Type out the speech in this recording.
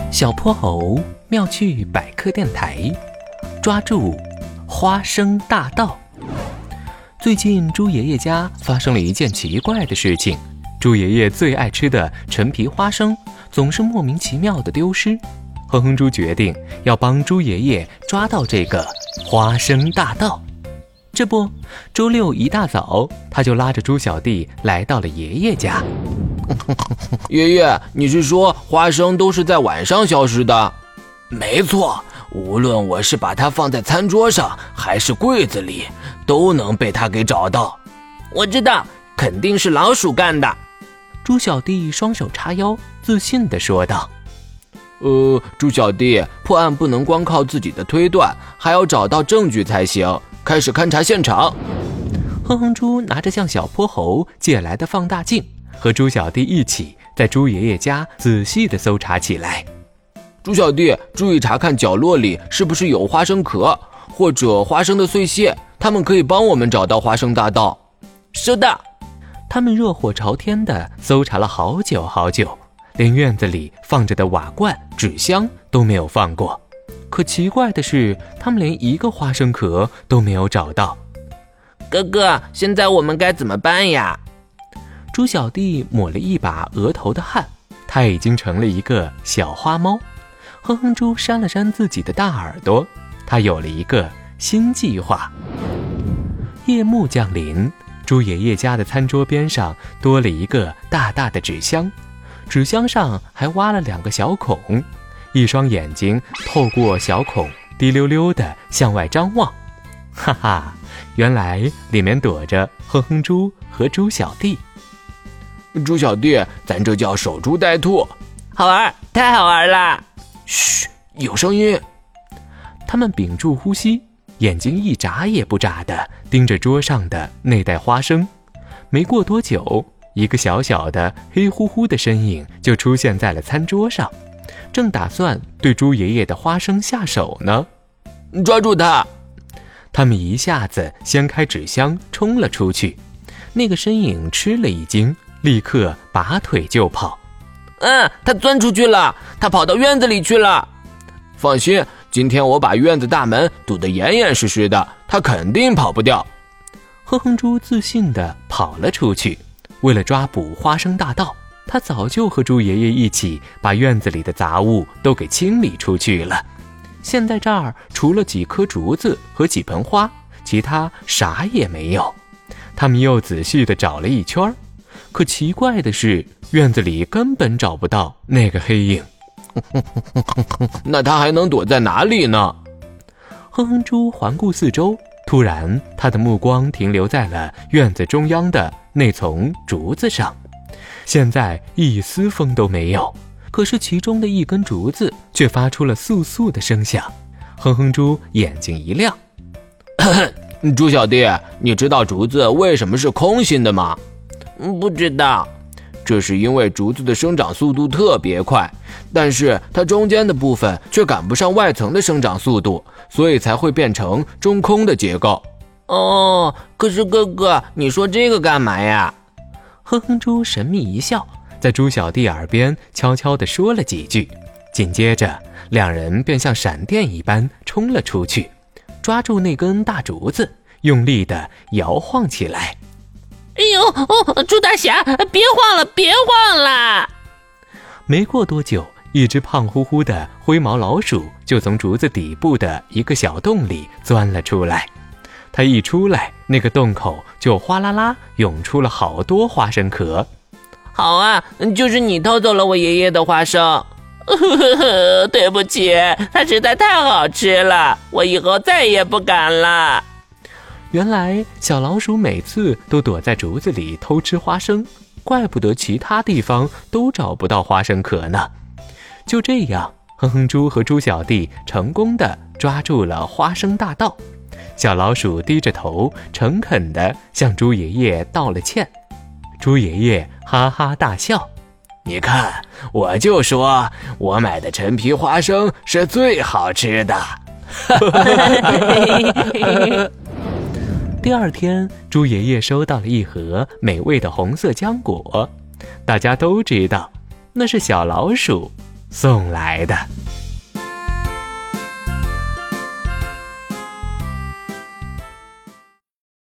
小泼猴妙趣百科电台，抓住花生大盗。最近猪爷爷家发生了一件奇怪的事情，猪爷爷最爱吃的陈皮花生总是莫名其妙的丢失。哼哼猪决定要帮猪爷爷抓到这个花生大盗。这不，周六一大早，他就拉着猪小弟来到了爷爷家。 爷爷，你是说花生都是在晚上消失的？ 没错，无论我是把它放在餐桌上还是柜子里，都能被它给找到。 我知道，肯定是老鼠干的。 猪小弟双手叉腰，自信地说道。 猪小弟，破案不能光靠自己的推断，还要找到证据才行。开始勘察现场。 哼哼猪拿着向小泼猴借来的放大镜，和猪小弟一起在猪爷爷家仔细地搜查起来。 猪小弟，注意查看角落里是不是有花生壳或者花生的碎屑，他们可以帮我们找到花生大盗。 是的。 他们热火朝天地搜查了好久好久，连院子里放着的瓦罐、纸箱都没有放过。可奇怪的是，他们连一个花生壳都没有找到。 哥哥，现在我们该怎么办呀？ 猪小弟抹了一把额头的汗，他已经成了一个小花猫。哼哼猪扇了扇自己的大耳朵，他有了一个新计划。夜幕降临，猪爷爷家的餐桌边上多了一个大大的纸箱，纸箱上还挖了2个小孔，一双眼睛透过小孔滴溜溜地向外张望。哈哈，原来里面躲着哼哼猪和猪小弟。 猪小弟，咱这叫守株待兔。 好玩，太好玩了。 嘘，有声音。 他们屏住呼吸，眼睛一眨也不眨地盯着桌上的那袋花生。没过多久，一个小小的黑乎乎的身影就出现在了餐桌上，正打算对猪爷爷的花生下手呢。 抓住他！ 他们一下子掀开纸箱冲了出去。那个身影吃了一惊，立刻拔腿就跑。 他钻出去了，他跑到院子里去了。放心，今天我把院子大门堵得严严实实的，他肯定跑不掉。 哼哼猪自信地跑了出去。为了抓捕花生大盗，他早就和猪爷爷一起把院子里的杂物都给清理出去了。现在这儿除了几颗竹子和几盆花，其他啥也没有。他们又仔细地找了一圈，可奇怪的是，院子里根本找不到那个黑影。 那他还能躲在哪里呢？ 哼哼猪环顾四周，突然他的目光停留在了院子中央的那丛竹子上。现在一丝风都没有，可是其中的一根竹子却发出了簌簌的声响。哼哼猪眼睛一亮。 猪小弟，你知道竹子为什么是空心的吗？ 不知道。 这是因为竹子的生长速度特别快，但是它中间的部分却赶不上外层的生长速度，所以才会变成中空的结构。 哦，可是哥哥，你说这个干嘛呀？ 哼哼猪神秘一笑，在猪小弟耳边悄悄地说了几句，紧接着两人便像闪电一般冲了出去，抓住那根大竹子，用力地摇晃起来。 哎呦，猪大侠，别晃了，别晃了！ 没过多久，一只胖乎乎的灰毛老鼠就从竹子底部的一个小洞里钻了出来。它一出来，那个洞口就哗啦啦涌出了好多花生壳。 好啊，就是你偷走了我爷爷的花生。 对不起，它实在太好吃了，我以后再也不敢了。 原来小老鼠每次都躲在竹子里偷吃花生，怪不得其他地方都找不到花生壳呢。就这样，哼哼猪和猪小弟成功地抓住了花生大盗。小老鼠低着头，诚恳地向猪爷爷道了歉。猪爷爷哈哈大笑：“ 你看，我就说我买的陈皮花生是最好吃的。” 第二天，猪爷爷收到了一盒美味的红色浆果，大家都知道那是小老鼠送来的。